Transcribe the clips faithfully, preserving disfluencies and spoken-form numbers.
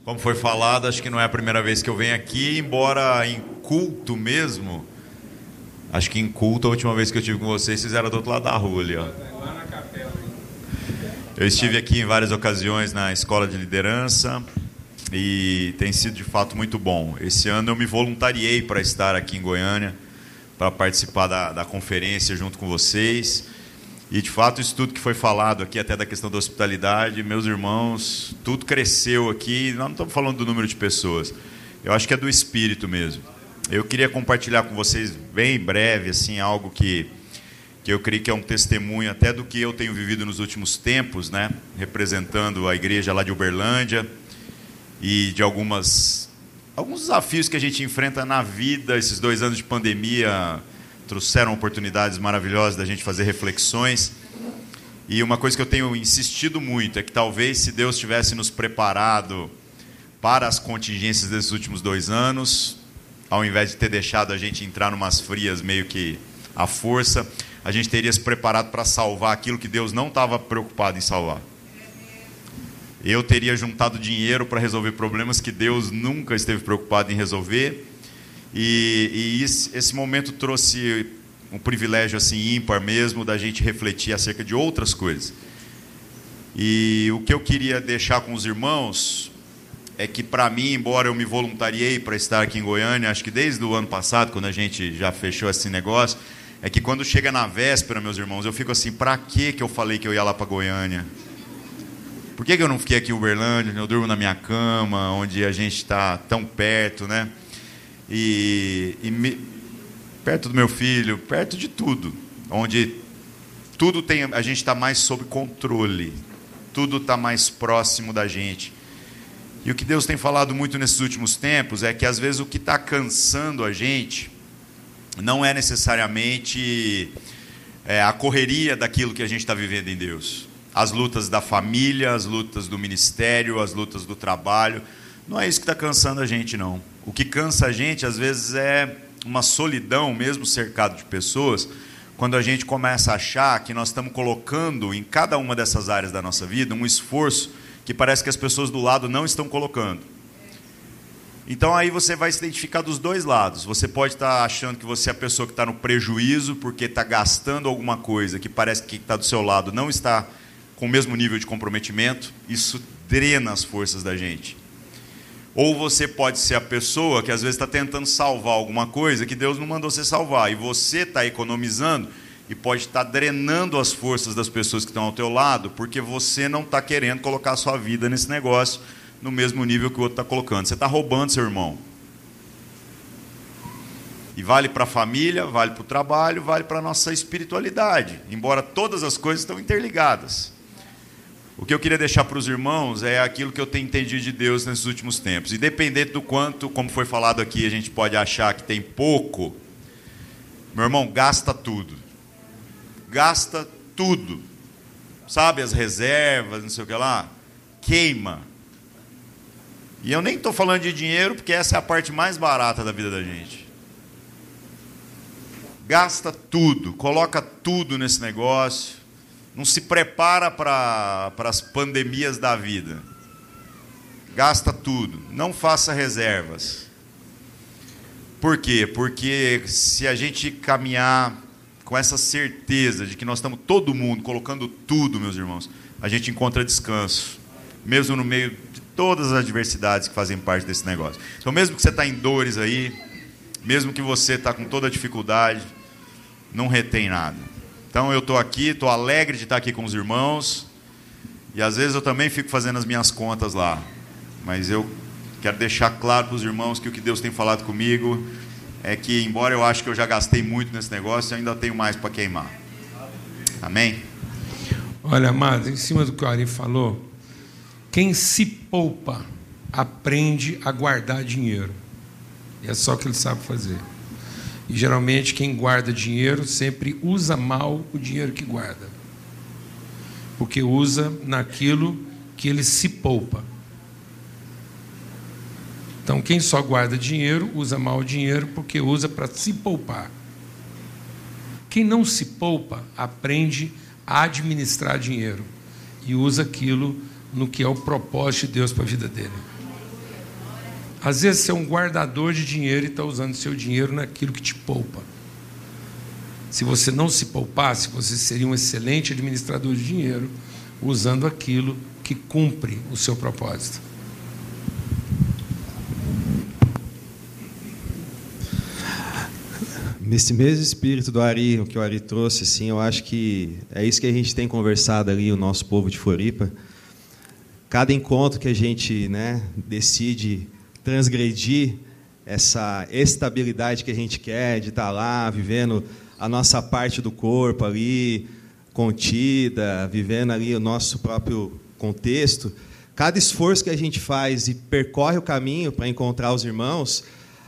Como foi falado, acho que não é a primeira vez que eu venho aqui, embora em culto mesmo. Acho que em culto, a última vez que eu estive com vocês, vocês eram do outro lado da rua ali, ó. Lá na capela. Eu estive aqui em várias ocasiões na escola de liderança e tem sido de fato muito bom. Esse ano eu me voluntariei para estar aqui em Goiânia, para participar da, da conferência junto com vocês. E, de fato, isso tudo que foi falado aqui, até da questão da hospitalidade, meus irmãos, tudo cresceu aqui. Nós não estamos falando do número de pessoas. Eu acho que é do espírito mesmo. Eu queria compartilhar com vocês, bem breve, assim, algo que, que eu creio que é um testemunho até do que eu tenho vivido nos últimos tempos, né? Representando a igreja lá de Uberlândia e de algumas, alguns desafios que a gente enfrenta na vida. Esses dois anos de pandemia trouxeram oportunidades maravilhosas da gente fazer reflexões. E uma coisa que eu tenho insistido muito é que talvez se Deus tivesse nos preparado para as contingências desses últimos dois anos, ao invés de ter deixado a gente entrar numas frias meio que à força, a gente teria se preparado para salvar aquilo que Deus não estava preocupado em salvar. Eu teria juntado dinheiro para resolver problemas que Deus nunca esteve preocupado em resolver. E, e esse, esse momento trouxe um privilégio assim ímpar mesmo da gente refletir acerca de outras coisas. E o que eu queria deixar com os irmãos é que, para mim, embora eu me voluntariei para estar aqui em Goiânia, acho que desde o ano passado, quando a gente já fechou esse negócio, é que quando chega na véspera, meus irmãos, eu fico assim, para que que eu falei que eu ia lá para Goiânia? Por que que eu não fiquei aqui em Uberlândia, onde eu durmo na minha cama, onde a gente está tão perto, né? E, e me, perto do meu filho, perto de tudo, onde tudo tem, a gente está mais sob controle, tudo está mais próximo da gente. E o que Deus tem falado muito nesses últimos tempos é que às vezes o que está cansando a gente não é necessariamente é, a correria daquilo que a gente está vivendo em Deus. As lutas da família, as lutas do ministério, as lutas do trabalho, não é isso que está cansando a gente, não. O que cansa a gente, às vezes, é uma solidão, mesmo cercado de pessoas, quando a gente começa a achar que nós estamos colocando em cada uma dessas áreas da nossa vida um esforço que parece que as pessoas do lado não estão colocando. Então, aí você vai se identificar dos dois lados. Você pode estar achando que você é a pessoa que está no prejuízo porque está gastando alguma coisa que parece que está do seu lado não está com o mesmo nível de comprometimento. Isso drena as forças da gente. Ou você pode ser a pessoa que às vezes está tentando salvar alguma coisa que Deus não mandou você salvar, e você está economizando e pode estar drenando as forças das pessoas que estão ao teu lado, porque você não está querendo colocar a sua vida nesse negócio no mesmo nível que o outro está colocando. Você está roubando seu irmão. E vale para a família, vale para o trabalho, vale para a nossa espiritualidade, embora todas as coisas estão interligadas. O que eu queria deixar para os irmãos é aquilo que eu tenho entendido de Deus nesses últimos tempos. Independente do quanto, como foi falado aqui, a gente pode achar que tem pouco, meu irmão, gasta tudo. Gasta tudo. Sabe, as reservas, não sei o que lá, queima. E eu nem estou falando de dinheiro, porque essa é a parte mais barata da vida da gente. Gasta tudo, coloca tudo nesse negócio. Não se prepara para para as pandemias da vida. Gasta tudo. Não faça reservas. Por quê? Porque se a gente caminhar com essa certeza de que nós estamos todo mundo colocando tudo, meus irmãos, a gente encontra descanso, mesmo no meio de todas as adversidades que fazem parte desse negócio. Então, mesmo que você está em dores aí, mesmo que você está com toda a dificuldade, não retém nada. Então eu estou aqui, estou alegre de estar aqui com os irmãos, e às vezes eu também fico fazendo as minhas contas lá, mas eu quero deixar claro para os irmãos que o que Deus tem falado comigo é que, embora eu ache que eu já gastei muito nesse negócio, eu ainda tenho mais para queimar. Amém? Olha, amado, em cima do que o Ari falou, quem se poupa aprende a guardar dinheiro, e é só o que ele sabe fazer. E geralmente quem guarda dinheiro sempre usa mal o dinheiro que guarda, porque usa naquilo que ele se poupa. Então quem só guarda dinheiro usa mal o dinheiro porque usa para se poupar. Quem não se poupa aprende a administrar dinheiro e usa aquilo no que é o propósito de Deus para a vida dele. Às vezes você é um guardador de dinheiro e está usando seu dinheiro naquilo que te poupa. Se você não se poupasse, você seria um excelente administrador de dinheiro, usando aquilo que cumpre o seu propósito. Nesse mesmo espírito do Ari, o que o Ari trouxe, assim, eu acho que é isso que a gente tem conversado ali, o nosso povo de Floripa. Cada encontro que a gente, né, decide transgredir essa estabilidade que a gente quer, de estar lá, vivendo a nossa parte do corpo ali, contida, vivendo ali o nosso próprio contexto, cada esforço que a gente faz e percorre o caminho para encontrar os irmãos,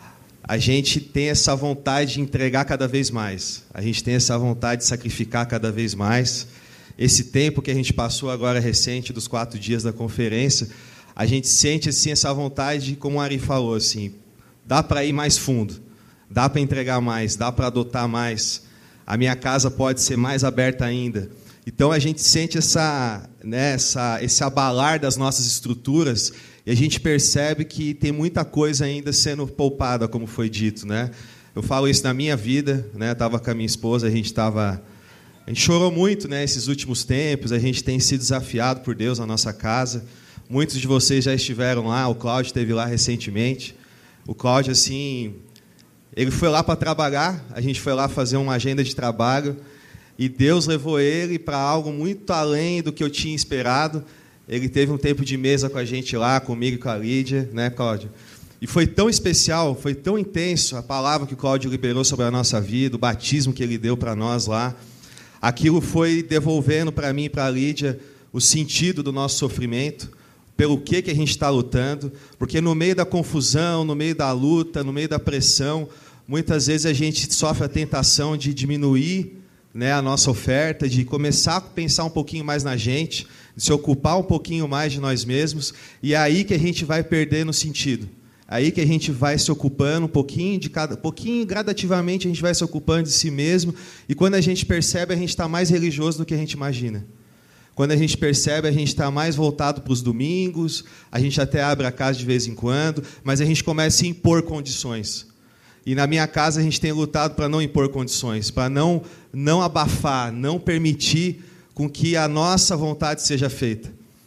a gente tem essa vontade de entregar cada vez mais. A gente tem essa vontade de sacrificar cada vez mais. Esse tempo que a gente passou agora recente, dos quatro dias da conferência, a gente sente assim, essa vontade, de, como o Ari falou, assim, dá para ir mais fundo, dá para entregar mais, dá para adotar mais. A minha casa pode ser mais aberta ainda. Então, a gente sente essa, né, essa, esse abalar das nossas estruturas e a gente percebe que tem muita coisa ainda sendo poupada, como foi dito, né? Eu falo isso na minha vida, né? Estava com a minha esposa, a gente estava... A gente chorou muito, né, esses últimos tempos, a gente tem sido desafiado por Deus na nossa casa. Muitos de vocês já estiveram lá, o Cláudio esteve lá recentemente. O Cláudio, assim, ele foi lá para trabalhar, a gente foi lá fazer uma agenda de trabalho, e Deus levou ele para algo muito além do que eu tinha esperado. Ele teve um tempo de mesa com a gente lá, comigo e com a Lídia, né, Cláudio? E foi tão especial, foi tão intenso a palavra que o Cláudio liberou sobre a nossa vida, o batismo que ele deu para nós lá. Aquilo foi devolvendo para mim e para a Lídia o sentido do nosso sofrimento, pelo que, que a gente está lutando, porque no meio da confusão, no meio da luta, no meio da pressão, muitas vezes a gente sofre a tentação de diminuir, né, a nossa oferta, de começar a pensar um pouquinho mais na gente, de se ocupar um pouquinho mais de nós mesmos, e é aí que a gente vai perdendo sentido. Aí que a gente vai se ocupando um pouquinho de cada, pouquinho gradativamente a gente vai se ocupando de si mesmo, e quando a gente percebe, a gente está mais religioso do que a gente imagina. Quando a gente percebe, a gente está mais voltado para os domingos, a gente até abre a casa de vez em quando, mas a gente começa a impor condições. E na minha casa a gente tem lutado para não impor condições, para não, não abafar, não permitir com que a nossa vontade seja feita.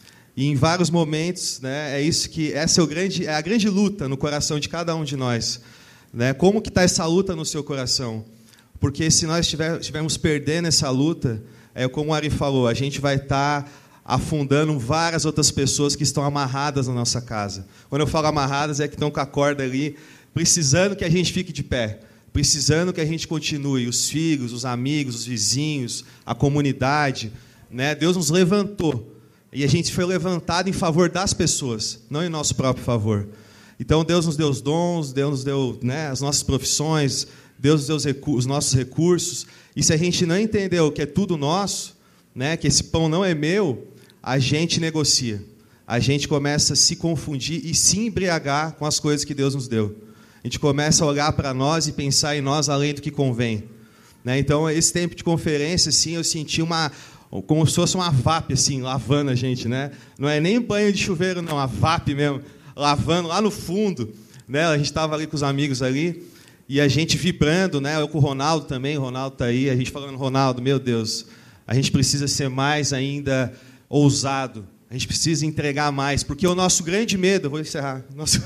E em vários momentos, né, é isso que essa é, o grande, é a grande luta no coração de cada um de nós. Né? Como que está essa luta no seu coração? Porque se nós estiver, estivermos perdendo essa luta, é como o Ari falou, a gente vai estar tá afundando várias outras pessoas que estão amarradas na nossa casa. Quando eu falo amarradas, é que estão com a corda ali, precisando que a gente fique de pé, precisando que a gente continue, os filhos, os amigos, os vizinhos, a comunidade. Né? Deus nos levantou. E a gente foi levantado em favor das pessoas, não em nosso próprio favor. Então, Deus nos deu os dons, Deus nos deu, né, as nossas profissões, Deus nos deu os nossos recursos. E se a gente não entendeu que é tudo nosso, né, que esse pão não é meu, a gente negocia. A gente começa a se confundir e se embriagar com as coisas que Deus nos deu. A gente começa a olhar para nós e pensar em nós além do que convém. Né? Então, esse tempo de conferência, assim, eu senti uma... como se fosse uma V A P, assim, lavando a gente, né? Não é nem banho de chuveiro, não, a V A P mesmo, lavando lá no fundo, né? A gente estava ali com os amigos ali, e a gente vibrando, né? Eu com o Ronaldo também, o Ronaldo está aí, a gente falando, Ronaldo, meu Deus, a gente precisa ser mais ainda ousado, a gente precisa entregar mais, porque o nosso grande medo, vou encerrar, nosso...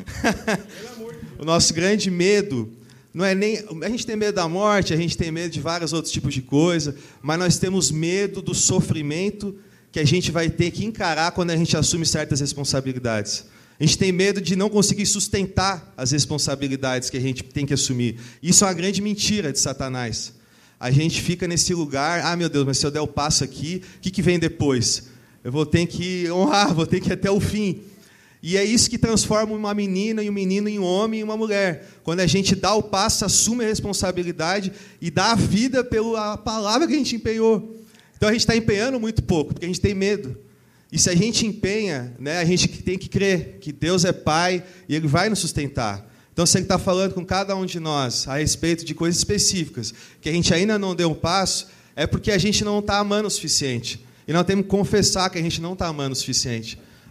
o nosso grande medo... Não é nem, a gente tem medo da morte, a gente tem medo de vários outros tipos de coisa, mas nós temos medo do sofrimento que a gente vai ter que encarar quando a gente assume certas responsabilidades. A gente tem medo de não conseguir sustentar as responsabilidades que a gente tem que assumir. Isso é uma grande mentira de Satanás. A gente fica nesse lugar, ah, meu Deus, mas se eu der o passo aqui, o que, que vem depois? Eu vou ter que honrar, vou ter que ir até o fim. E é isso que transforma uma menina e um menino em um homem e uma mulher. Quando a gente dá o passo, assume a responsabilidade e dá a vida pela palavra que a gente empenhou. Então, a gente está empenhando muito pouco, porque a gente tem medo. E se a gente empenha, né, a gente tem que crer que Deus é Pai e Ele vai nos sustentar. Então, se Ele está falando com cada um de nós a respeito de coisas específicas, que a gente ainda não deu um passo, é porque a gente não está amando o suficiente. E nós temos que confessar que a gente não está amando o suficiente. A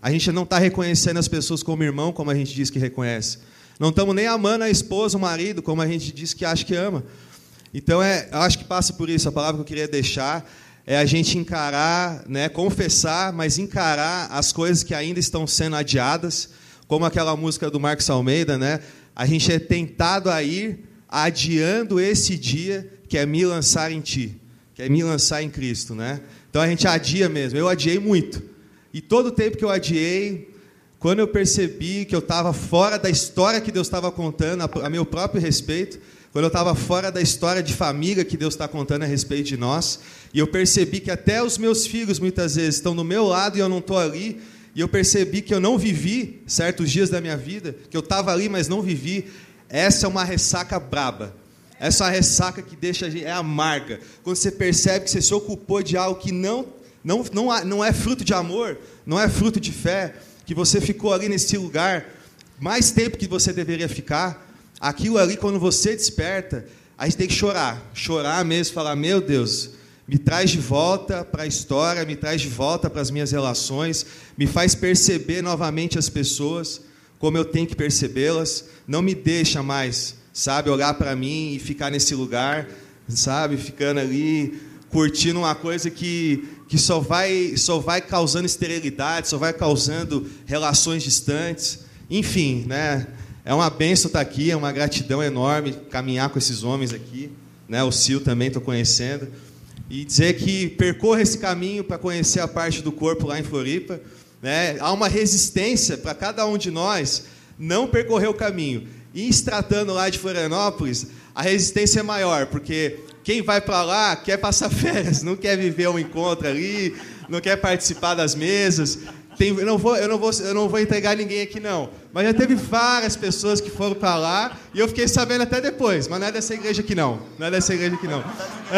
A gente não está reconhecendo as pessoas como irmão, como a gente diz que reconhece. Não estamos nem amando a esposa, o marido, como a gente diz que acha que ama. Então, é, eu acho que passa por isso. A palavra que eu queria deixar é a gente encarar, né, confessar, mas encarar as coisas que ainda estão sendo adiadas, como aquela música do Marcos Almeida, né? A gente é tentado a ir adiando esse dia que é me lançar em ti, que é me lançar em Cristo, né? Então a gente adia mesmo. Eu adiei muito. E todo o tempo que eu adiei, quando eu percebi que eu estava fora da história que Deus estava contando a, a meu próprio respeito, quando eu estava fora da história de família que Deus está contando a respeito de nós, e eu percebi que até os meus filhos muitas vezes estão do meu lado e eu não estou ali, e eu percebi que eu não vivi certos dias da minha vida, que eu estava ali, mas não vivi. Essa é uma ressaca braba. Essa é uma ressaca que deixa a gente, é amarga. Quando você percebe que você se ocupou de algo que não, não, não, não é fruto de amor, não é fruto de fé, que você ficou ali nesse lugar mais tempo que você deveria ficar, aquilo ali, quando você desperta, a gente tem que chorar. Chorar mesmo, falar, meu Deus, me traz de volta para a história, me traz de volta para as minhas relações, me faz perceber novamente as pessoas, como eu tenho que percebê-las, não me deixa mais, sabe, olhar para mim e ficar nesse lugar, sabe, ficando ali, curtindo uma coisa que, que só, vai, só vai causando esterilidade, só vai causando relações distantes, enfim, né, é uma bênção estar aqui, é uma gratidão enorme caminhar com esses homens aqui, né, o Sil também estou conhecendo, e dizer que percorra esse caminho para conhecer a parte do corpo lá em Floripa, né? Há uma resistência para cada um de nós não percorrer o caminho. E se tratando lá de Florianópolis, a resistência é maior, porque quem vai para lá quer passar férias, não quer viver um encontro ali, não quer participar das mesas. Tem, eu, não vou, eu, não vou, eu não vou entregar ninguém aqui, não. Mas já teve várias pessoas que foram para lá, e eu fiquei sabendo até depois, mas não é dessa igreja aqui, não. Não é dessa igreja aqui, não.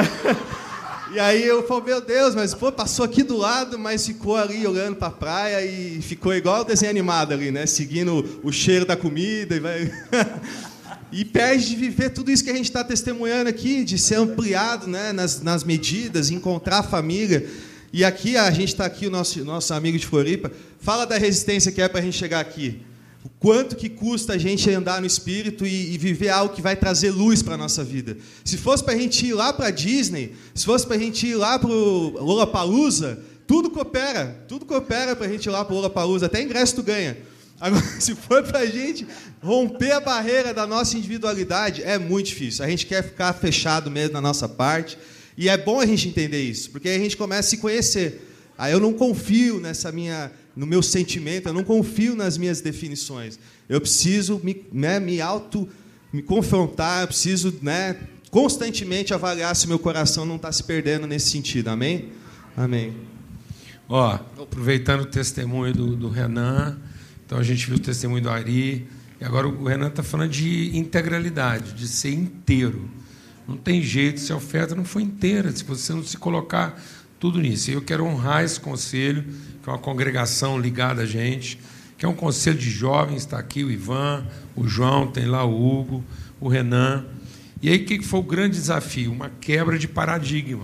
E aí eu falei, meu Deus, mas pô, passou aqui do lado, mas ficou ali olhando para a praia e ficou igual o desenho animado ali, né? Seguindo o cheiro da comida e vai... E perde de viver tudo isso que a gente está testemunhando aqui, de ser ampliado, né, nas, nas medidas, encontrar a família. E aqui, a gente está aqui, o nosso, nosso amigo de Floripa, fala da resistência que é para a gente chegar aqui. O quanto que custa a gente andar no Espírito e, e viver algo que vai trazer luz para a nossa vida. Se fosse para a gente ir lá para a Disney, se fosse para a gente ir lá para o Lollapalooza, tudo coopera, tudo coopera para a gente ir lá para o Lollapalooza, até ingresso tu ganha. Agora, se for para a gente romper a barreira da nossa individualidade, é muito difícil. A gente quer ficar fechado mesmo na nossa parte, e é bom a gente entender isso, porque aí a gente começa a se conhecer. Aí eu não confio nessa minha... no meu sentimento, eu não confio nas minhas definições. Eu preciso me, né, me auto, me confrontar, eu preciso, né, constantemente avaliar se meu coração não está se perdendo nesse sentido. Amém? Amém. Ó, aproveitando o testemunho do, do Renan, então a gente viu o testemunho do Ari, e agora o Renan está falando de integralidade, de ser inteiro. Não tem jeito se a oferta não for inteira, se você não se colocar tudo nisso. E eu quero honrar esse conselho, que é uma congregação ligada a gente, que é um conselho de jovens, está aqui o Ivan, o João, tem lá o Hugo, o Renan. E aí o que foi o grande desafio? Uma quebra de paradigma.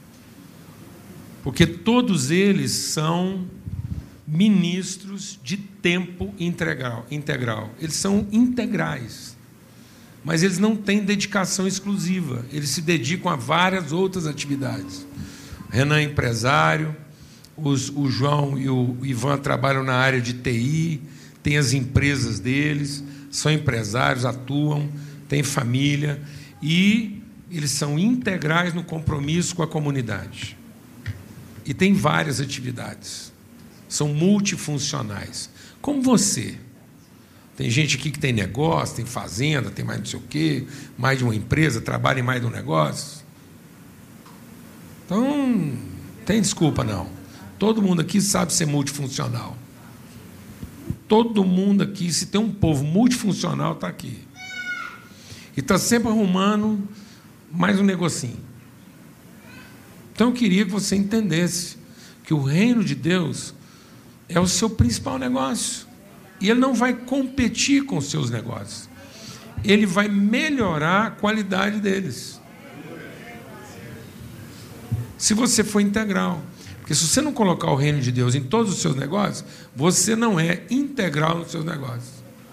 Porque todos eles são ministros de tempo integral. integral. Eles são integrais, mas eles não têm dedicação exclusiva. Eles se dedicam a várias outras atividades. Renan é empresário, os, o João e o Ivan trabalham na área de T I, têm as empresas deles, são empresários, atuam, têm família, e eles são integrais no compromisso com a comunidade. E tem várias atividades, são multifuncionais, como você. Tem gente aqui que tem negócio, tem fazenda, tem mais não sei o quê, mais de uma empresa, trabalha em mais de um negócio. Então, tem desculpa, não. Todo mundo aqui sabe ser multifuncional. Todo mundo aqui, se tem um povo multifuncional, está aqui. E está sempre arrumando mais um negocinho. Então, eu queria que você entendesse que o reino de Deus é o seu principal negócio. E ele não vai competir com os seus negócios. Ele vai melhorar a qualidade deles. Se você for integral. Porque Porque se você não colocar o reino de Deus em todos os seus negócios, você não é integral nos seus negócios.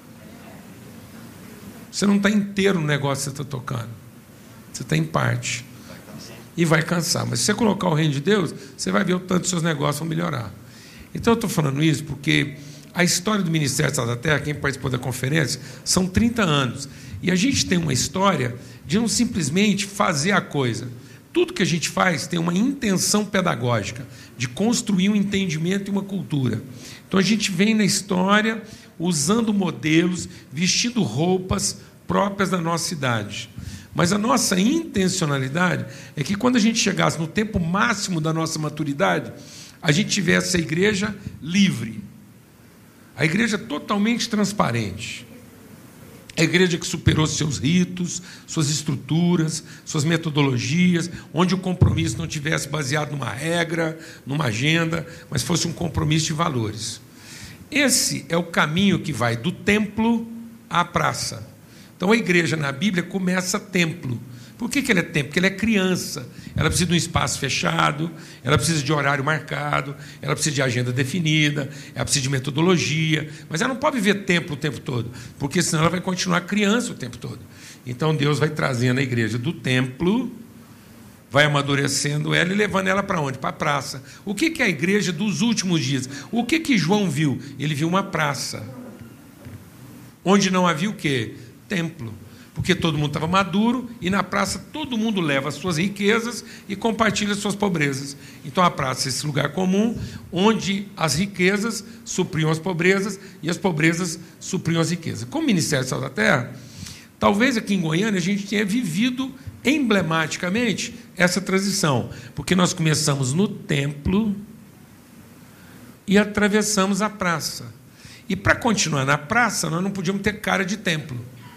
Você não está inteiro no negócio que você está tocando. Você está em parte. E vai cansar. Mas se você colocar o reino de Deus, você vai ver o tanto que seus negócios vão melhorar. Então eu estou falando isso porque a história do Ministério Sal da Terra, quem participou da conferência, são trinta anos. E a gente tem uma história de não simplesmente fazer a coisa. Tudo que a gente faz tem uma intenção pedagógica, de construir um entendimento e uma cultura. Então a gente vem na história usando modelos, vestindo roupas próprias da nossa idade. Mas a nossa intencionalidade é que quando a gente chegasse no tempo máximo da nossa maturidade, a gente tivesse a igreja livre. A igreja totalmente transparente. A igreja que superou seus ritos, suas estruturas, suas metodologias, onde o compromisso não tivesse baseado numa regra, numa agenda, mas fosse um compromisso de valores. Esse é o caminho que vai do templo à praça. Então a igreja na Bíblia começa templo. Por que que ela é templo? Porque ela é criança. Ela precisa de um espaço fechado, ela precisa de horário marcado, ela precisa de agenda definida, ela precisa de metodologia, mas ela não pode viver templo o tempo todo, porque senão ela vai continuar criança o tempo todo. Então Deus vai trazendo a igreja do templo, vai amadurecendo ela e levando ela para onde? Para a praça. O que que é a igreja dos últimos dias? O que que João viu? Ele viu uma praça, onde não havia o quê? Templo. Porque todo mundo estava maduro e na praça todo mundo leva as suas riquezas e compartilha as suas pobrezas. Então a praça é esse lugar comum onde as riquezas supriam as pobrezas e as pobrezas supriam as riquezas. Como Ministério Sal da Terra, talvez aqui em Goiânia a gente tenha vivido emblematicamente essa transição, porque nós começamos no templo e atravessamos a praça. E para continuar na praça, nós não podíamos ter cara de templo.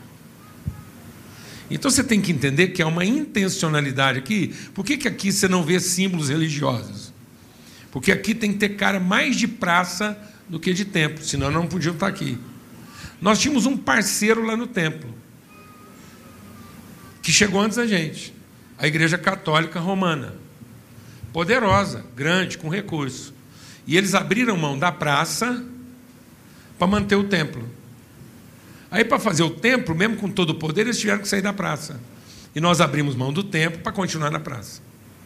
Então você tem que entender que há uma intencionalidade aqui. Por que que aqui você não vê símbolos religiosos? Porque aqui tem que ter cara mais de praça do que de templo, senão não podiam estar aqui. Nós tínhamos um parceiro lá no templo, que chegou antes da gente, a Igreja Católica Romana, poderosa, grande, com recurso. E eles abriram mão da praça para manter o templo. Aí, para fazer o templo, mesmo com todo o poder, eles tiveram que sair da praça. E nós abrimos mão do templo para continuar na praça.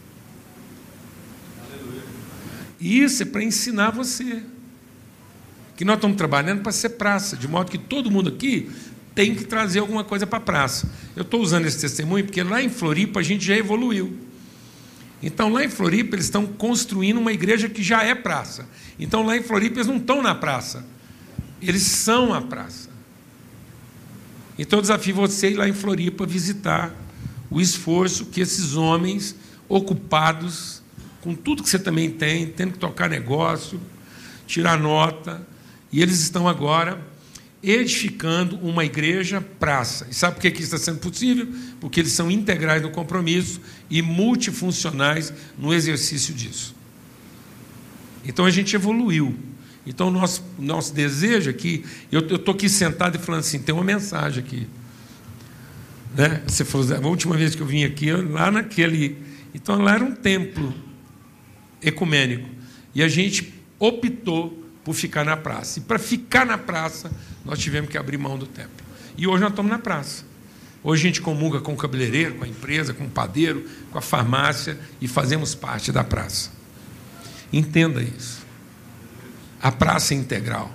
Aleluia. E isso é para ensinar você. Que nós estamos trabalhando para ser praça, de modo que todo mundo aqui tem que trazer alguma coisa para a praça. Eu estou usando esse testemunho porque lá em Floripa a gente já evoluiu. Então, lá em Floripa, eles estão construindo uma igreja que já é praça. Então, lá em Floripa, eles não estão na praça. Eles são a praça. Então eu desafio você a ir lá em Floripa visitar o esforço que esses homens ocupados, com tudo que você também tem, tendo que tocar negócio, tirar nota, e eles estão agora edificando uma igreja praça. E sabe por que isso está sendo possível? Porque eles são integrais no compromisso e multifuncionais no exercício disso. Então a gente evoluiu. Então, o nosso, nosso desejo aqui, eu estou aqui sentado e falando assim, tem uma mensagem aqui. Né? Você falou, a última vez que eu vim aqui, lá naquele... Então, lá era um templo ecumênico. E a gente optou por ficar na praça. E para ficar na praça, nós tivemos que abrir mão do templo. E hoje nós estamos na praça. Hoje a gente comunga com o cabeleireiro, com a empresa, com o padeiro, com a farmácia, e fazemos parte da praça. Entenda isso. A praça é integral.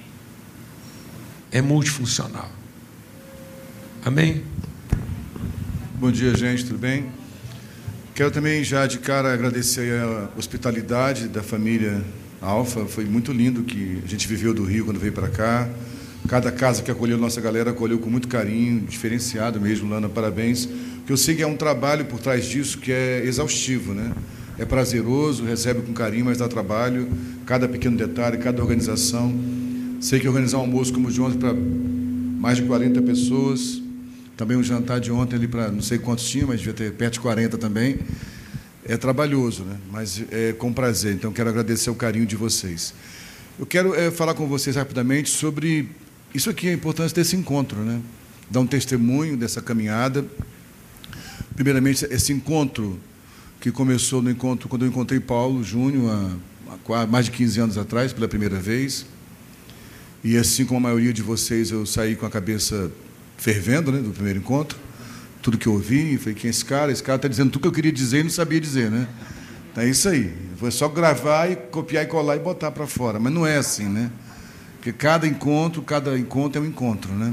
É multifuncional. Amém? Bom dia, gente, tudo bem? Quero também já de cara agradecer a hospitalidade da família Alfa. Foi muito lindo que a gente viveu do Rio quando veio para cá. Cada casa que acolheu a nossa galera acolheu com muito carinho, diferenciado mesmo, Lana, parabéns. Porque eu sei que é um trabalho por trás disso que é exaustivo, né? É prazeroso, recebe com carinho, mas dá trabalho, cada pequeno detalhe, cada organização. Sei que organizar um almoço como o de ontem para mais de quarenta pessoas, também um jantar de ontem ali para não sei quantos tinha, mas devia ter perto de quarenta também. É trabalhoso, né? Mas é com prazer, então quero agradecer o carinho de vocês. Eu quero é, falar com vocês rapidamente sobre isso aqui, a importância desse encontro, né? Dar um testemunho dessa caminhada. Primeiramente, esse encontro que começou no encontro, quando eu encontrei Paulo Júnior, há, há mais de quinze anos atrás, pela primeira vez. E assim como a maioria de vocês, eu saí com a cabeça fervendo, né, do primeiro encontro. Tudo que eu ouvi, falei, quem é esse cara? Esse cara está dizendo tudo que eu queria dizer e não sabia dizer, né? Então é isso aí. Foi só gravar e copiar e colar e botar para fora. Mas não é assim, né? Porque cada encontro, cada encontro é um encontro, né?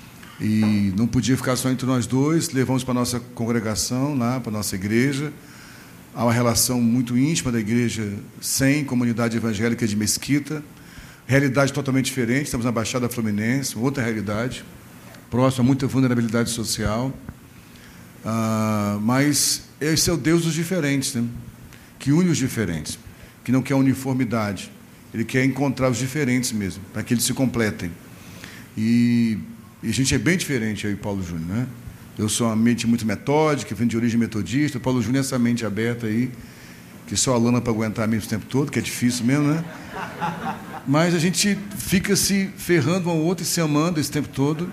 E não podia ficar só entre nós dois. Levamos para a nossa congregação, lá para a nossa igreja. Há uma relação muito íntima da igreja sem comunidade evangélica de Mesquita. Realidade totalmente diferente. Estamos na Baixada Fluminense, outra realidade. Próxima a muita vulnerabilidade social. Ah, mas esse é o Deus dos diferentes, né? Que une os diferentes, que não quer uniformidade. Ele quer encontrar os diferentes mesmo, para que eles se completem. E, e a gente é bem diferente, eu e Paulo Júnior, né? Eu sou uma mente muito metódica, vim de origem metodista. O Paulo Júnior é essa mente aberta aí, que só a lana para aguentar mesmo o tempo todo, que é difícil mesmo, né? Mas a gente fica se ferrando um ao outro e se amando esse tempo todo.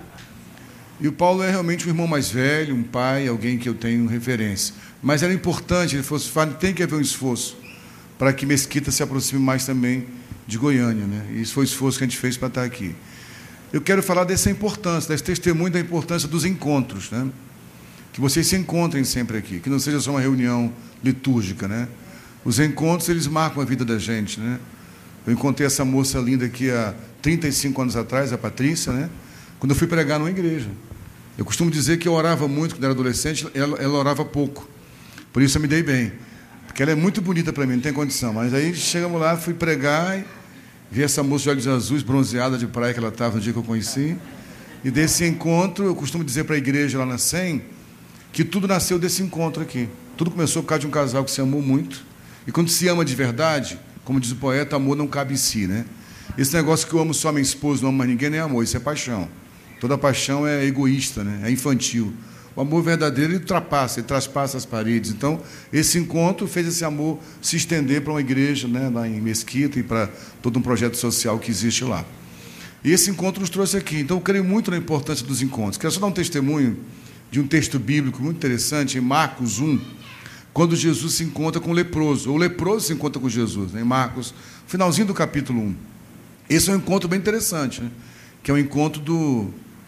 E o Paulo é realmente um irmão mais velho, um pai, alguém que eu tenho referência. Mas era importante, ele fosse falar, tem que haver um esforço para que Mesquita se aproxime mais também de Goiânia, né? E isso foi o esforço que a gente fez para estar aqui. Eu quero falar dessa importância, desse testemunho da importância dos encontros, né? Que vocês se encontrem sempre aqui, que não seja só uma reunião litúrgica, né? Os encontros, eles marcam a vida da gente, né? Eu encontrei essa moça linda aqui há trinta e cinco anos atrás, a Patrícia, né? Quando eu fui pregar numa igreja. Eu costumo dizer que eu orava muito quando era adolescente, ela, ela orava pouco. Por isso eu me dei bem. Porque ela é muito bonita para mim, não tem condição. Mas aí chegamos lá, fui pregar e vi essa moça de olhos azuis, bronzeada de praia que ela estava no dia que eu conheci. E desse encontro, eu costumo dizer para a igreja lá na S E M que tudo nasceu desse encontro aqui. Tudo começou por causa de um casal que se amou muito. E quando se ama de verdade, como diz o poeta, amor não cabe em si, né? Esse negócio que eu amo só minha esposa, não amo mais ninguém, nem amor, isso é paixão. Toda paixão é egoísta, né? É infantil. O amor verdadeiro, ele ultrapassa, ele traspassa as paredes. Então, esse encontro fez esse amor se estender para uma igreja, né, lá em Mesquita, e para todo um projeto social que existe lá. E esse encontro nos trouxe aqui. Então, eu creio muito na importância dos encontros. Quero só dar um testemunho de um texto bíblico muito interessante, em Marcos um, quando Jesus se encontra com o leproso. O leproso se encontra com Jesus, né, em Marcos, finalzinho do capítulo um. Esse é um encontro bem interessante, né, que é o encontro do...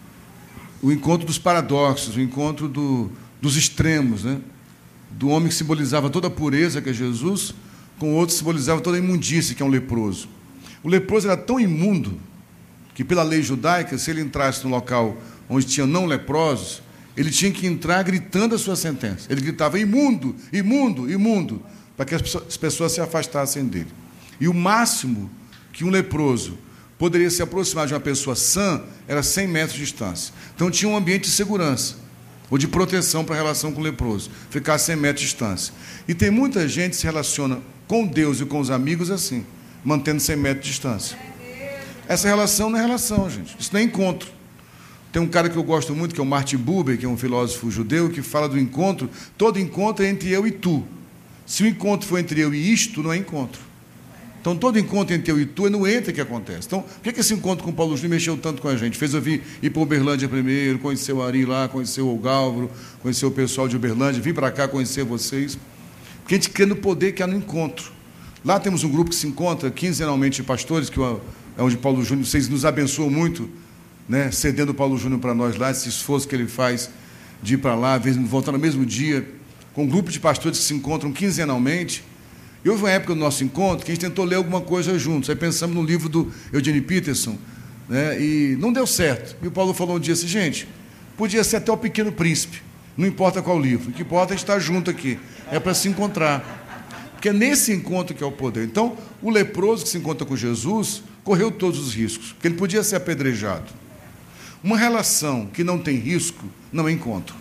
o encontro dos paradoxos, o encontro do, dos extremos, né? Do homem que simbolizava toda a pureza, que é Jesus, com o outro que simbolizava toda a imundície, que é um leproso. O leproso era tão imundo que, pela lei judaica, se ele entrasse no local onde tinha não leprosos, ele tinha que entrar gritando a sua sentença. Ele gritava, imundo, imundo, imundo, para que as pessoas se afastassem dele. E o máximo que um leproso poderia se aproximar de uma pessoa sã, era cem metros de distância. Então tinha um ambiente de segurança, ou de proteção para a relação com o leproso, ficar a cem metros de distância. E tem muita gente que se relaciona com Deus e com os amigos assim, mantendo cem metros de distância. Essa relação não é relação, gente, isso não é encontro. Tem um cara que eu gosto muito, que é o Martin Buber, que é um filósofo judeu, que fala do encontro, todo encontro é entre eu e tu. Se o encontro for entre eu e isto, não é encontro. Então, todo encontro entre eu e tu é no entre que acontece. Então, por que, que esse encontro com o Paulo Júnior mexeu tanto com a gente? Fez eu vir ir para Uberlândia primeiro, conhecer o Ari lá, conhecer o Gálvaro, conhecer o pessoal de Uberlândia, vir para cá conhecer vocês. Porque a gente crê no poder que há no encontro. Lá temos um grupo que se encontra quinzenalmente de pastores, que é onde Paulo Júnior, vocês nos abençoam muito, né, cedendo o Paulo Júnior para nós lá, esse esforço que ele faz de ir para lá, às vezes voltar no mesmo dia, com um grupo de pastores que se encontram quinzenalmente. E houve uma época do nosso encontro que a gente tentou ler alguma coisa juntos. Aí pensamos no livro do Eugene Peterson, né, e não deu certo. E o Paulo falou um dia assim, gente, podia ser até o Pequeno Príncipe, não importa qual livro, o que importa é estar junto aqui, é para se encontrar. Porque é nesse encontro que é o poder. Então, o leproso que se encontra com Jesus correu todos os riscos, porque ele podia ser apedrejado. Uma relação que não tem risco não é encontro.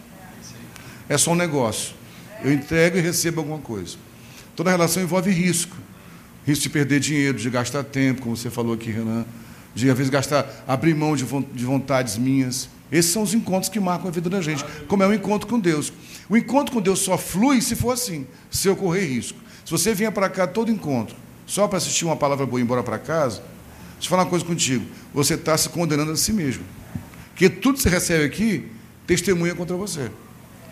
É só um negócio. Eu entrego e recebo alguma coisa. Toda relação envolve risco. Risco de perder dinheiro, de gastar tempo, como você falou aqui, Renan, de, às vezes, gastar, abrir mão de vontades minhas. Esses são os encontros que marcam a vida da gente, como é o encontro com Deus. O encontro com Deus só flui se for assim, se eu correr risco. Se você vier para cá todo encontro, só para assistir uma palavra boa e ir embora para casa, deixa eu falar uma coisa contigo, você está se condenando a si mesmo. Porque tudo que você recebe aqui, testemunha contra você.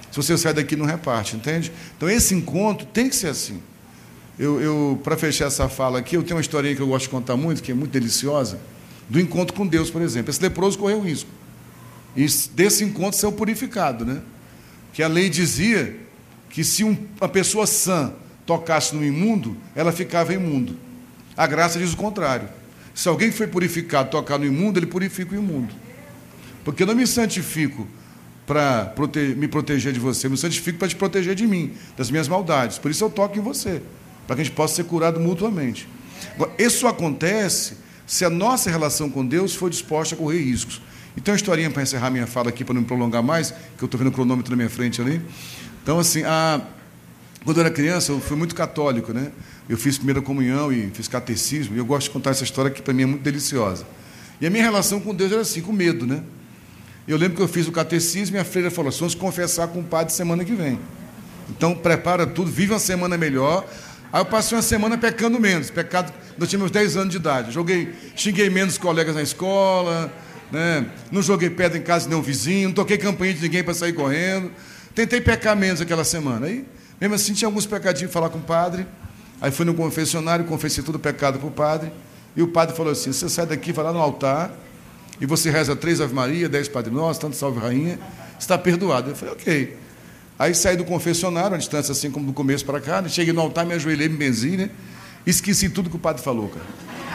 Se você sai daqui, não reparte, entende? Então, esse encontro tem que ser assim. Eu, eu para fechar essa fala aqui, eu tenho uma historinha que eu gosto de contar muito, que é muito deliciosa, do encontro com Deus, por exemplo. Esse leproso correu risco. E desse encontro saiu purificado, né? Que a lei dizia que se um, uma pessoa sã tocasse no imundo, ela ficava imundo. A graça diz o contrário. Se alguém foi purificado tocar no imundo, ele purifica o imundo. Porque eu não me santifico para prote- me proteger de você, eu me santifico para te proteger de mim, das minhas maldades. Por isso eu toco em você, para que a gente possa ser curado mutuamente. Agora, isso acontece se a nossa relação com Deus for disposta a correr riscos. Então, uma historinha para encerrar minha fala aqui, para não me prolongar mais, que eu estou vendo o cronômetro na minha frente ali. Então, assim, a... quando eu era criança, eu fui muito católico, né? Eu fiz primeira comunhão e fiz catecismo, e eu gosto de contar essa história que, para mim, é muito deliciosa. E a minha relação com Deus era assim, com medo, né? Eu lembro que eu fiz o catecismo e a freira falou assim, vamos confessar com o padre semana que vem. Então, prepara tudo, vive uma semana melhor. Aí eu passei uma semana pecando menos. Pecado, eu tinha meus dez anos de idade. Joguei, xinguei menos colegas na escola, né? Não joguei pedra em casa de nenhum vizinho, não toquei campainha de ninguém para sair correndo. Tentei pecar menos aquela semana. Aí, mesmo assim, tinha alguns pecadinhos para falar com o padre. Aí fui no confessionário, confessei todo o pecado para o padre. E o padre falou assim, você sai daqui, vai lá no altar, e você reza três Ave Maria, dez Padre Nosso, tanto Salve Rainha, está perdoado. Eu falei, ok. Aí saí do confessionário, uma distância assim como do começo para cá, né? Cheguei no altar, me ajoelhei, me benzi, né? Esqueci tudo que o padre falou, cara.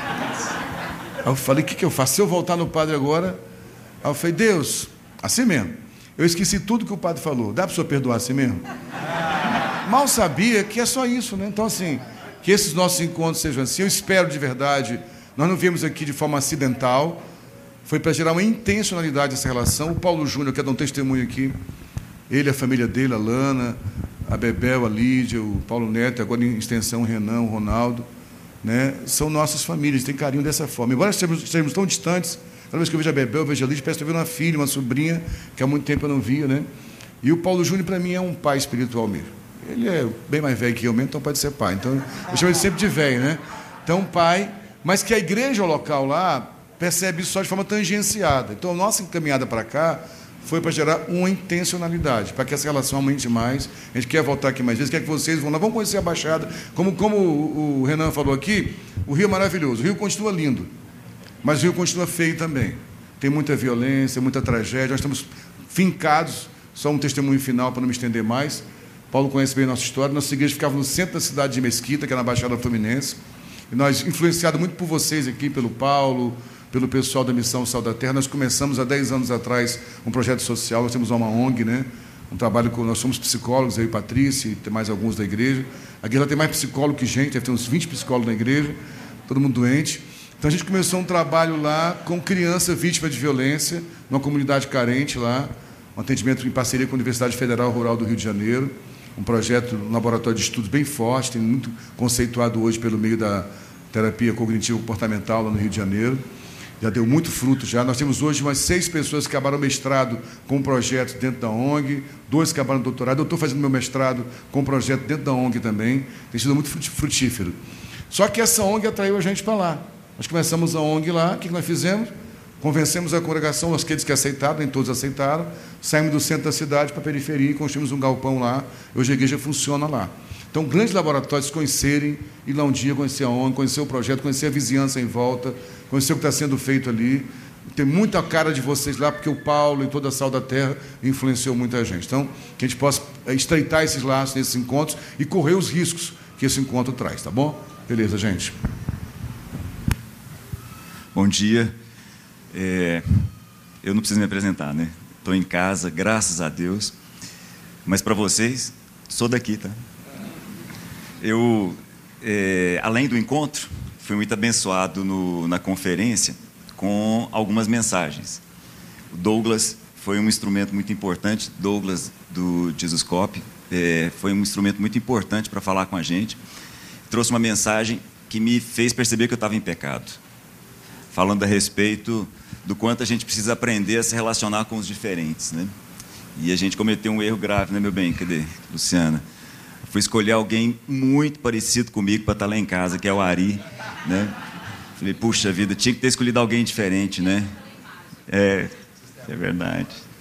Aí eu falei, o que, que eu faço? Se eu voltar no padre agora... Aí eu falei, Deus, assim mesmo, eu esqueci tudo que o padre falou, dá para o senhor perdoar assim mesmo? Mal sabia que é só isso, né? Então, assim, que esses nossos encontros sejam assim, eu espero de verdade, nós não viemos aqui de forma acidental, foi para gerar uma intencionalidade nessa relação. O Paulo Júnior, quer dar um testemunho aqui, ele, a família dele, a Lana, a Bebel, a Lídia, o Paulo Neto, agora em extensão o Renan, o Ronaldo, né? São nossas famílias, tem carinho dessa forma. Embora estejamos tão distantes, cada vez que eu vejo a Bebel, eu vejo a Lídia, parece que eu vejo uma filha, uma sobrinha, que há muito tempo eu não via, né? E o Paulo Júnior, para mim, é um pai espiritual mesmo. Ele é bem mais velho que eu mesmo, então pode ser pai. Então, eu chamo ele sempre de velho, né? Então, pai, mas que a igreja local lá percebe isso só de forma tangenciada. Então, a nossa encaminhada para cá foi para gerar uma intencionalidade, para que essa relação aumente mais. A gente quer voltar aqui mais vezes, quer que vocês vão lá, vamos conhecer a Baixada. Como, como o, o Renan falou aqui, o Rio é maravilhoso, o Rio continua lindo, mas o Rio continua feio também. Tem muita violência, muita tragédia, nós estamos fincados, só um testemunho final para não me estender mais. Paulo conhece bem a nossa história, nossa igreja ficava no centro da cidade de Mesquita, que é na Baixada Fluminense, e nós, influenciados muito por vocês aqui, pelo Paulo, pelo pessoal da Missão Sal da Terra, nós começamos há dez anos atrás um projeto social, nós temos uma O N G, né? Um trabalho com, nós somos psicólogos, eu e Patrícia, e tem mais alguns da igreja. A igreja tem mais psicólogo que gente, deve ter uns vinte psicólogos na igreja, todo mundo doente. Então a gente começou um trabalho lá com criança vítima de violência, numa comunidade carente lá, um atendimento em parceria com a Universidade Federal Rural do Rio de Janeiro, um projeto, um laboratório de estudos bem forte, tem muito conceituado hoje pelo meio da terapia cognitivo-comportamental lá no Rio de Janeiro. Já deu muito fruto já. Nós temos hoje umas seis pessoas que acabaram o mestrado com um projeto dentro da O N G, dois que acabaram o doutorado. Eu estou fazendo meu mestrado com um projeto dentro da O N G também. Tem sido muito frutífero. Só que essa O N G atraiu a gente para lá. Nós começamos a O N G lá, o que nós fizemos? Convencemos a congregação, aqueles que aceitaram, nem todos aceitaram, saímos do centro da cidade para a periferia e construímos um galpão lá. Hoje a igreja funciona lá. Então, grandes laboratórios conhecerem, ir lá um dia, conhecer a O N G, conhecer o projeto, conhecer a vizinhança em volta, conhecer o que está sendo feito ali. Tem muita cara de vocês lá, porque o Paulo e toda a Sal da Terra influenciou muita gente. Então, que a gente possa estreitar esses laços nesses encontros e correr os riscos que esse encontro traz, tá bom? Beleza, gente? Bom dia. É, eu não preciso me apresentar, né? Estou em casa, graças a Deus. Mas para vocês, sou daqui, tá? Eu, é, além do encontro, fui muito abençoado no, na conferência com algumas mensagens. O Douglas foi um instrumento muito importante, Douglas do Jesuscope, é, foi um instrumento muito importante para falar com a gente. Trouxe uma mensagem que me fez perceber que eu estava em pecado, falando a respeito do quanto a gente precisa aprender a se relacionar com os diferentes, né? E a gente cometeu um erro grave, né, meu bem? Cadê, Luciana? Fui escolher alguém muito parecido comigo para estar lá em casa, que é o Ari, né? Falei, puxa vida, tinha que ter escolhido alguém diferente, né? É, é verdade.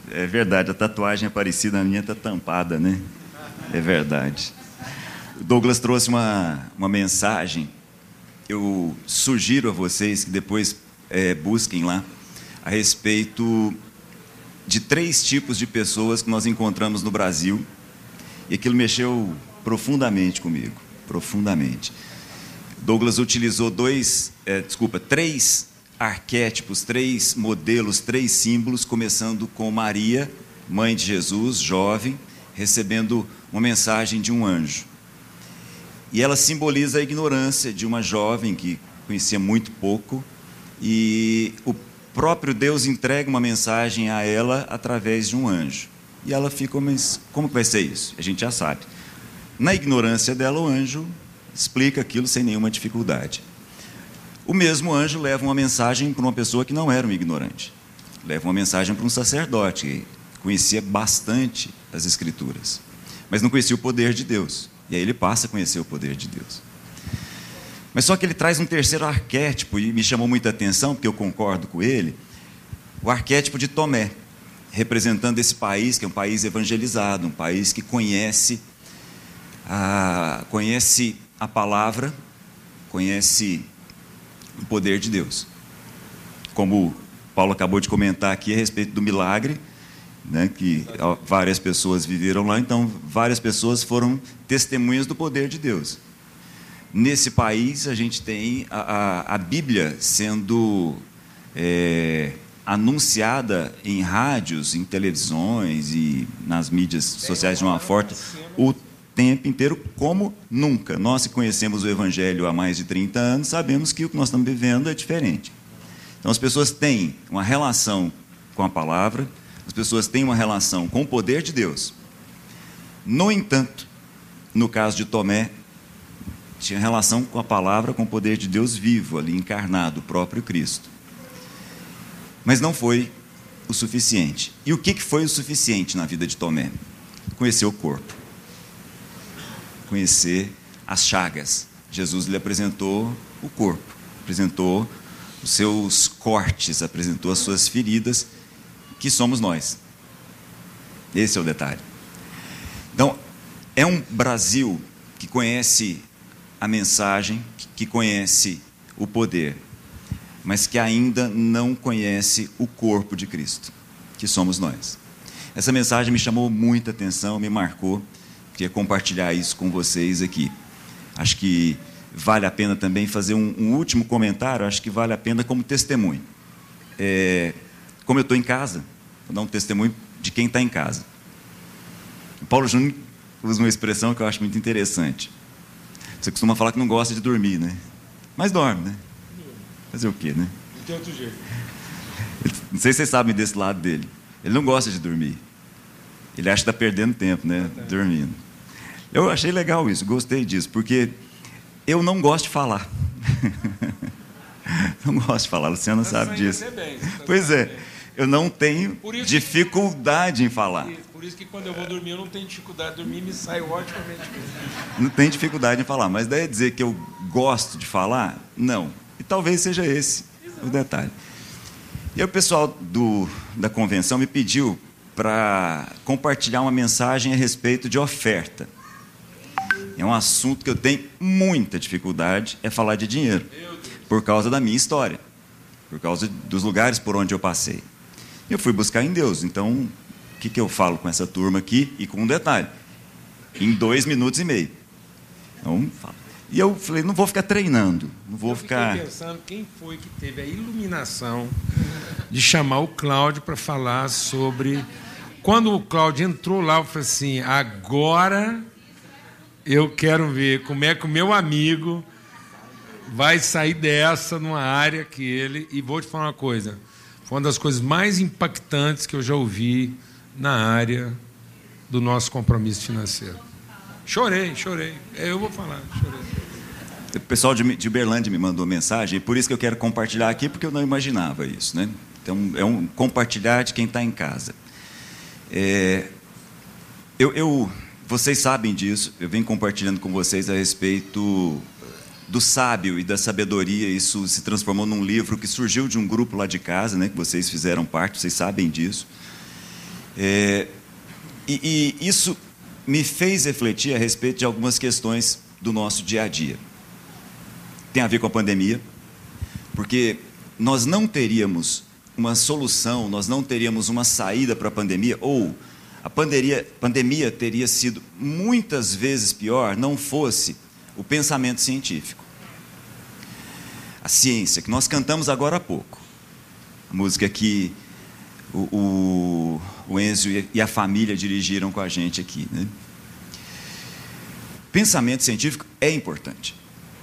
É verdade, a tatuagem é parecida, a minha está tampada, né? É verdade. O Douglas trouxe uma, uma mensagem. Eu sugiro a vocês que depois é, busquem lá a respeito de três tipos de pessoas que nós encontramos no Brasil. E aquilo mexeu profundamente comigo, profundamente. Douglas utilizou dois, é, desculpa, três arquétipos, três modelos, três símbolos, começando com Maria, mãe de Jesus, jovem, recebendo uma mensagem de um anjo. E ela simboliza a ignorância de uma jovem que conhecia muito pouco, e o próprio Deus entrega uma mensagem a ela através de um anjo. E ela fica, mas como que vai ser isso? A gente já sabe. Na ignorância dela, o anjo explica aquilo sem nenhuma dificuldade. O mesmo anjo leva uma mensagem para uma pessoa que não era um ignorante. Leva uma mensagem para um sacerdote, que conhecia bastante as Escrituras, mas não conhecia o poder de Deus. E aí ele passa a conhecer o poder de Deus. Mas só que ele traz um terceiro arquétipo, e me chamou muita atenção, porque eu concordo com ele, o arquétipo de Tomé, representando esse país, que é um país evangelizado, um país que conhece a, conhece a palavra, conhece o poder de Deus. Como Paulo acabou de comentar aqui a respeito do milagre, né, que várias pessoas viveram lá, então várias pessoas foram testemunhas do poder de Deus. Nesse país a gente tem a, a, a Bíblia sendo é, anunciada em rádios, em televisões e nas mídias sociais de uma forte o tempo inteiro, como nunca. Nós que conhecemos o Evangelho há mais de trinta anos, sabemos que o que nós estamos vivendo é diferente. Então as pessoas têm uma relação com a palavra, as pessoas têm uma relação com o poder de Deus. No entanto, no caso de Tomé, tinha relação com a palavra, com o poder de Deus vivo, ali encarnado, o próprio Cristo. Mas não foi o suficiente. E o que foi o suficiente na vida de Tomé? Conhecer o corpo. Conhecer as chagas. Jesus lhe apresentou o corpo, apresentou os seus cortes, apresentou as suas feridas, que somos nós. Esse é o detalhe. Então, é um Brasil que conhece a mensagem, que conhece o poder, mas que ainda não conhece o corpo de Cristo, que somos nós. Essa mensagem me chamou muita atenção, me marcou, queria compartilhar isso com vocês aqui. Acho que vale a pena também fazer um, um último comentário, acho que vale a pena como testemunho. É, como eu estou em casa, vou dar um testemunho de quem está em casa. O Paulo Júnior usa uma expressão que eu acho muito interessante. Você costuma falar que não gosta de dormir, né? Mas dorme, né? Fazer o quê, né? Não tem outro jeito. Não sei se vocês sabem desse lado dele. Ele não gosta de dormir. Ele acha que está perdendo tempo, né? Dormindo. Eu achei legal isso, gostei disso, porque eu não gosto de falar. Não gosto de falar, a Luciana sabe disso. Pois é, eu não tenho dificuldade em falar. Por isso que quando eu vou dormir, eu não tenho dificuldade de dormir, me saio otimamente. Não tenho dificuldade em falar, mas daí dizer que eu gosto de falar, não. E talvez seja esse o detalhe. E aí o pessoal do, da convenção me pediu para compartilhar uma mensagem a respeito de oferta. É um assunto que eu tenho muita dificuldade, é falar de dinheiro, por causa da minha história, por causa dos lugares por onde eu passei. Eu fui buscar em Deus, então o que, que eu falo com essa turma aqui? E com um detalhe, em dois minutos e meio. Então, e eu falei, não vou ficar treinando, não vou eu ficar... Eu pensando quem foi que teve a iluminação de chamar o Cláudio para falar sobre... Quando o Cláudio entrou lá, eu falei assim, agora eu quero ver como é que o meu amigo vai sair dessa numa área que ele... E vou te falar uma coisa, foi uma das coisas mais impactantes que eu já ouvi na área do nosso compromisso financeiro. Chorei, chorei. Eu vou falar, chorei. O pessoal de, de Uberlândia me mandou mensagem, e por isso que eu quero compartilhar aqui, porque eu não imaginava isso, né? Então, é um compartilhar de quem está em casa. É, eu, eu, vocês sabem disso, eu venho compartilhando com vocês a respeito do sábio e da sabedoria. Isso se transformou num livro que surgiu de um grupo lá de casa, né, que vocês fizeram parte, vocês sabem disso. É, e, e isso me fez refletir a respeito de algumas questões do nosso dia a dia. Tem a ver com a pandemia, porque nós não teríamos uma solução, nós não teríamos uma saída para a pandemia, ou a pandemia, pandemia teria sido muitas vezes pior, não fosse o pensamento científico. A ciência, que nós cantamos agora há pouco. A música que o, o, o Enzo e a família dirigiram com a gente aqui, né? Pensamento científico é importante.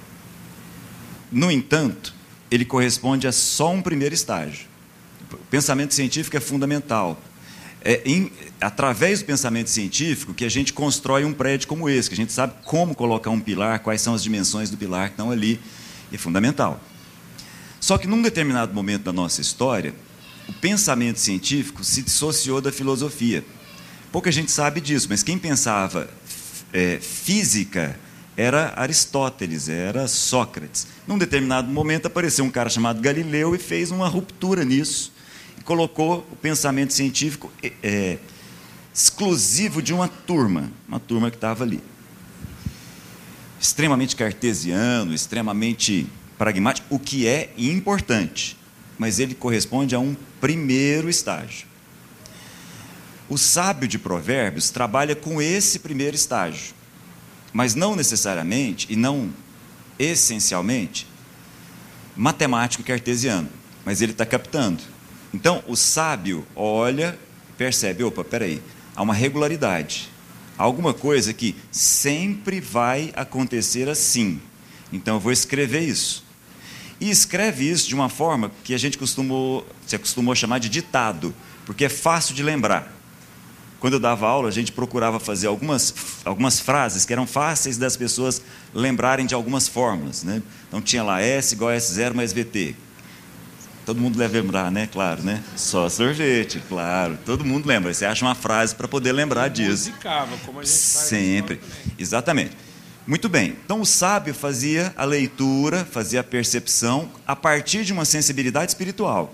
No entanto, ele corresponde a só um primeiro estágio. O pensamento científico é fundamental. É em, através do pensamento científico que a gente constrói um prédio como esse, que a gente sabe como colocar um pilar, quais são as dimensões do pilar que estão ali. É fundamental. Só que, num determinado momento da nossa história, o pensamento científico se dissociou da filosofia. Pouca gente sabe disso, mas quem pensava é, física era Aristóteles, era Sócrates. Num determinado momento apareceu um cara chamado Galileu e fez uma ruptura nisso, e colocou o pensamento científico é, exclusivo de uma turma, uma turma que estava ali. Extremamente cartesiano, extremamente pragmático, o que é importante, mas ele corresponde a um primeiro estágio. O sábio de Provérbios trabalha com esse primeiro estágio, mas não necessariamente, e não essencialmente, matemático cartesiano, mas ele está captando. Então, o sábio olha e percebe, opa, peraí, há uma regularidade, há alguma coisa que sempre vai acontecer assim, então eu vou escrever isso. E escreve isso de uma forma que a gente costumou, se acostumou a chamar de ditado, porque é fácil de lembrar. Quando eu dava aula, a gente procurava fazer algumas, algumas frases que eram fáceis das pessoas lembrarem de algumas fórmulas, né? Então tinha lá S igual a S zero mais V T. Todo mundo deve lembrar, né? Claro, né? Só sorvete, claro. Todo mundo lembra. Você acha uma frase para poder lembrar disso. Musicava, como a gente faz. Sempre. Exatamente. Muito bem. Então, o sábio fazia a leitura, fazia a percepção a partir de uma sensibilidade espiritual.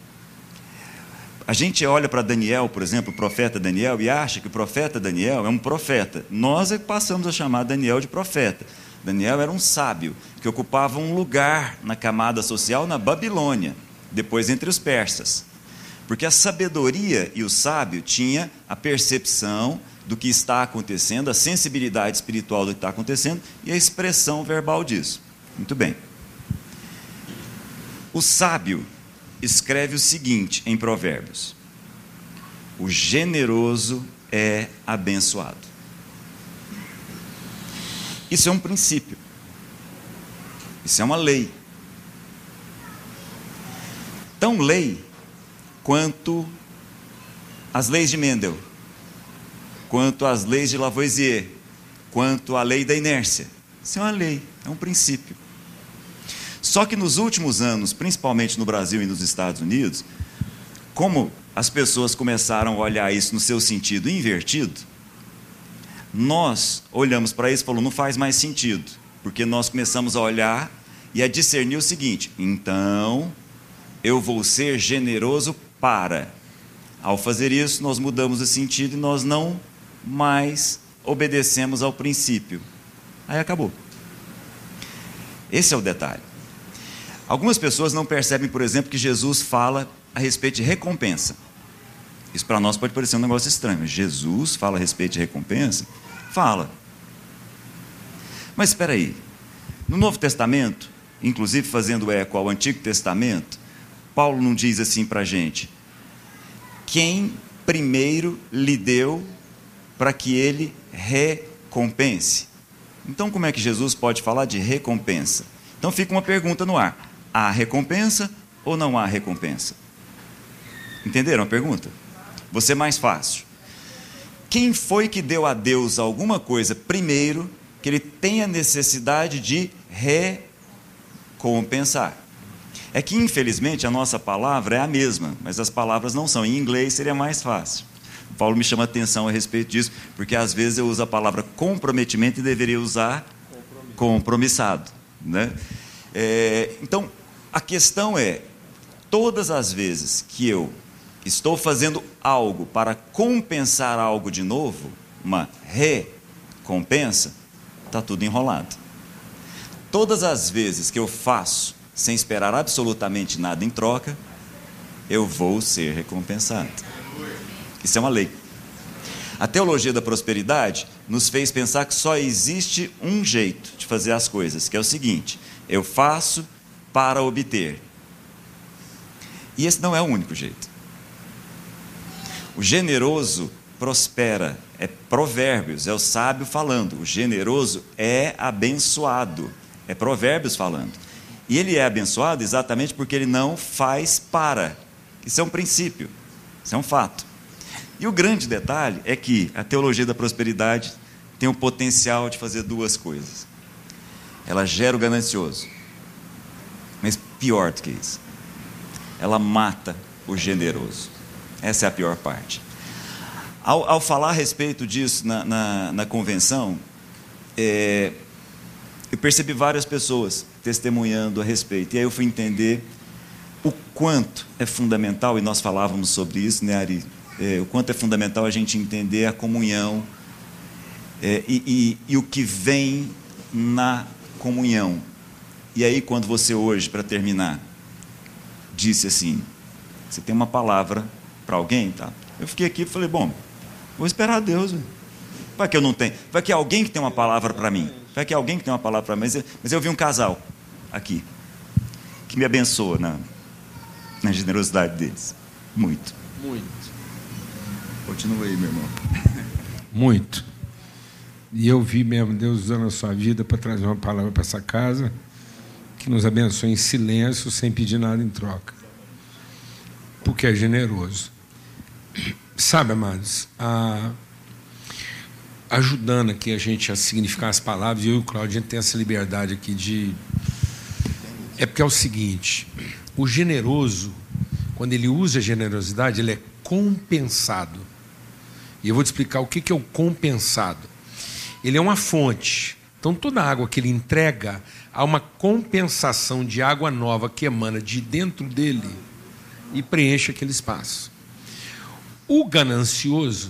A gente olha para Daniel, por exemplo, o profeta Daniel, e acha que o profeta Daniel é um profeta. Nós é que passamos a chamar Daniel de profeta. Daniel era um sábio que ocupava um lugar na camada social na Babilônia, depois entre os persas. Porque a sabedoria e o sábio tinha a percepção do que está acontecendo, a sensibilidade espiritual do que está acontecendo e a expressão verbal disso. Muito bem. O sábio escreve o seguinte em Provérbios: o generoso é abençoado. Isso é um princípio. Isso é uma lei. Tão lei quanto as leis de Mendel, quanto às leis de Lavoisier, quanto à lei da inércia. Isso é uma lei, é um princípio. Só que nos últimos anos, principalmente no Brasil e nos Estados Unidos, como as pessoas começaram a olhar isso no seu sentido invertido, nós olhamos para isso e falamos, não faz mais sentido, porque nós começamos a olhar e a discernir o seguinte: então, eu vou ser generoso para. Ao fazer isso, nós mudamos o sentido e nós não mais obedecemos ao princípio. Aí acabou. Esse é o detalhe. Algumas pessoas não percebem, por exemplo, que Jesus fala a respeito de recompensa. Isso para nós pode parecer um negócio estranho. Jesus fala a respeito de recompensa? Fala. Mas espera aí. No Novo Testamento, inclusive fazendo eco ao Antigo Testamento, Paulo não diz assim para a gente: quem primeiro lhe deu para que ele recompense? Então, como é que Jesus pode falar de recompensa? Então fica uma pergunta no ar: há recompensa ou não há recompensa? Entenderam a pergunta? Vou ser mais fácil. Quem foi que deu a Deus alguma coisa primeiro que ele tenha necessidade de recompensar? É que, infelizmente, a nossa palavra é a mesma, mas as palavras não são. Em inglês seria mais fácil. O Paulo me chama a atenção a respeito disso, porque às vezes eu uso a palavra comprometimento e deveria usar compromissado, né? É, então, a questão é, todas as vezes que eu estou fazendo algo para compensar algo de novo, uma recompensa, está tudo enrolado. Todas as vezes que eu faço sem esperar absolutamente nada em troca, eu vou ser recompensado. Isso é uma lei. A teologia da prosperidade nos fez pensar que só existe um jeito de fazer as coisas, que é o seguinte: eu faço para obter. E esse não é o único jeito. O generoso prospera, é Provérbios, é o sábio falando. O generoso é abençoado, é Provérbios falando. E ele é abençoado exatamente porque ele não faz para. Isso é um princípio, isso é um fato. E o grande detalhe é que a teologia da prosperidade tem o potencial de fazer duas coisas. Ela gera o ganancioso, mas pior do que isso, ela mata o generoso. Essa é a pior parte. Ao, ao falar a respeito disso na, na, na convenção, é, eu percebi várias pessoas testemunhando a respeito. E aí eu fui entender o quanto é fundamental, e nós falávamos sobre isso, né, Ari? É, o quanto é fundamental a gente entender a comunhão é, e, e, e o que vem na comunhão. E aí, quando você hoje, para terminar, disse assim, você tem uma palavra para alguém? Tá? Eu fiquei aqui e falei, bom, vou esperar a Deus. Vai que eu não tenho, vai que alguém que tem uma palavra para mim, vai que alguém que tem uma palavra para mim, mas eu, mas eu vi um casal aqui, que me abençoa na, na generosidade deles, muito. Muito. Continua aí, meu irmão. Muito. E eu vi mesmo Deus usando a sua vida para trazer uma palavra para essa casa, que nos abençoe em silêncio, sem pedir nada em troca. Porque é generoso. Sabe, amados, a, ajudando aqui a gente a significar as palavras, e eu e o Cláudio, a gente tem essa liberdade aqui de... É porque é o seguinte, o generoso, quando ele usa a generosidade, ele é compensado. E eu vou te explicar o que é o compensado. Ele é uma fonte. Então, toda a água que ele entrega, há uma compensação de água nova que emana de dentro dele e preenche aquele espaço. O ganancioso,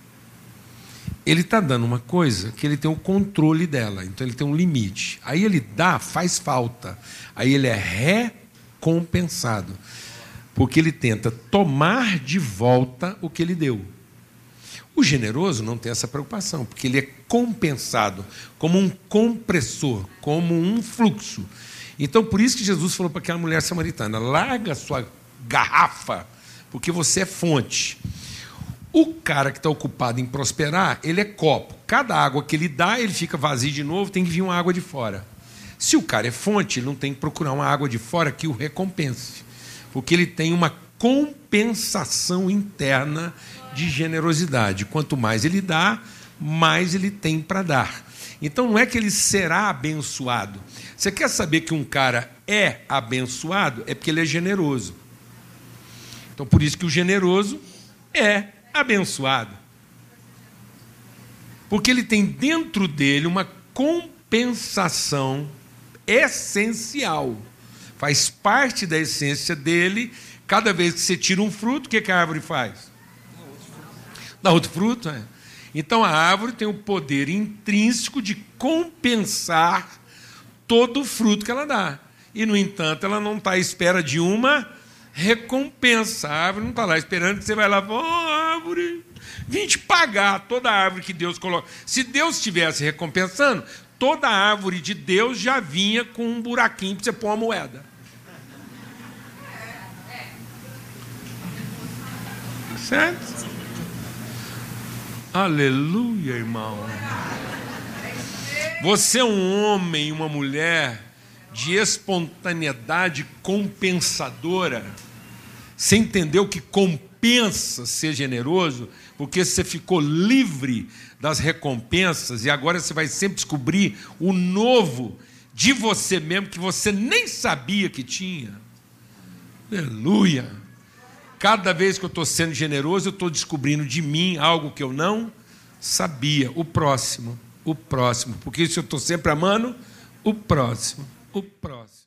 ele está dando uma coisa que ele tem o controle dela, então ele tem um limite. Aí ele dá, faz falta. Aí ele é recompensado, porque ele tenta tomar de volta o que ele deu. O generoso não tem essa preocupação, porque ele é compensado, como um compressor, como um fluxo. Então, por isso que Jesus falou para aquela mulher samaritana, larga a sua garrafa, porque você é fonte. O cara que está ocupado em prosperar, ele é copo. Cada água que ele dá, ele fica vazio de novo, tem que vir uma água de fora. Se o cara é fonte, ele não tem que procurar uma água de fora que o recompense, porque ele tem uma compensação interna de generosidade. Quanto mais ele dá, mais ele tem para dar. Então não é que ele será abençoado. Você quer saber que um cara é abençoado? É porque ele é generoso. Então por isso que o generoso é abençoado. Porque ele tem dentro dele uma compensação essencial. Faz parte da essência dele. Cada vez que você tira um fruto, o que a árvore faz? Dá outro fruto. É. Então a árvore tem o poder intrínseco de compensar todo o fruto que ela dá. E, no entanto, ela não está à espera de uma recompensa. A árvore não está lá esperando que você vai lá e fala, oh, árvore, vim te pagar toda a árvore que Deus coloca. Se Deus estivesse recompensando, toda a árvore de Deus já vinha com um buraquinho para você pôr uma moeda. Certo? Aleluia, irmão. Você é um homem e uma mulher de espontaneidade compensadora. Você entendeu que compensa ser generoso, porque você ficou livre das recompensas e agora você vai sempre descobrir o novo de você mesmo que você nem sabia que tinha. Aleluia. Cada vez que eu estou sendo generoso, eu estou descobrindo de mim algo que eu não sabia. O próximo, o próximo. Porque se eu estou sempre amando, o próximo, o próximo.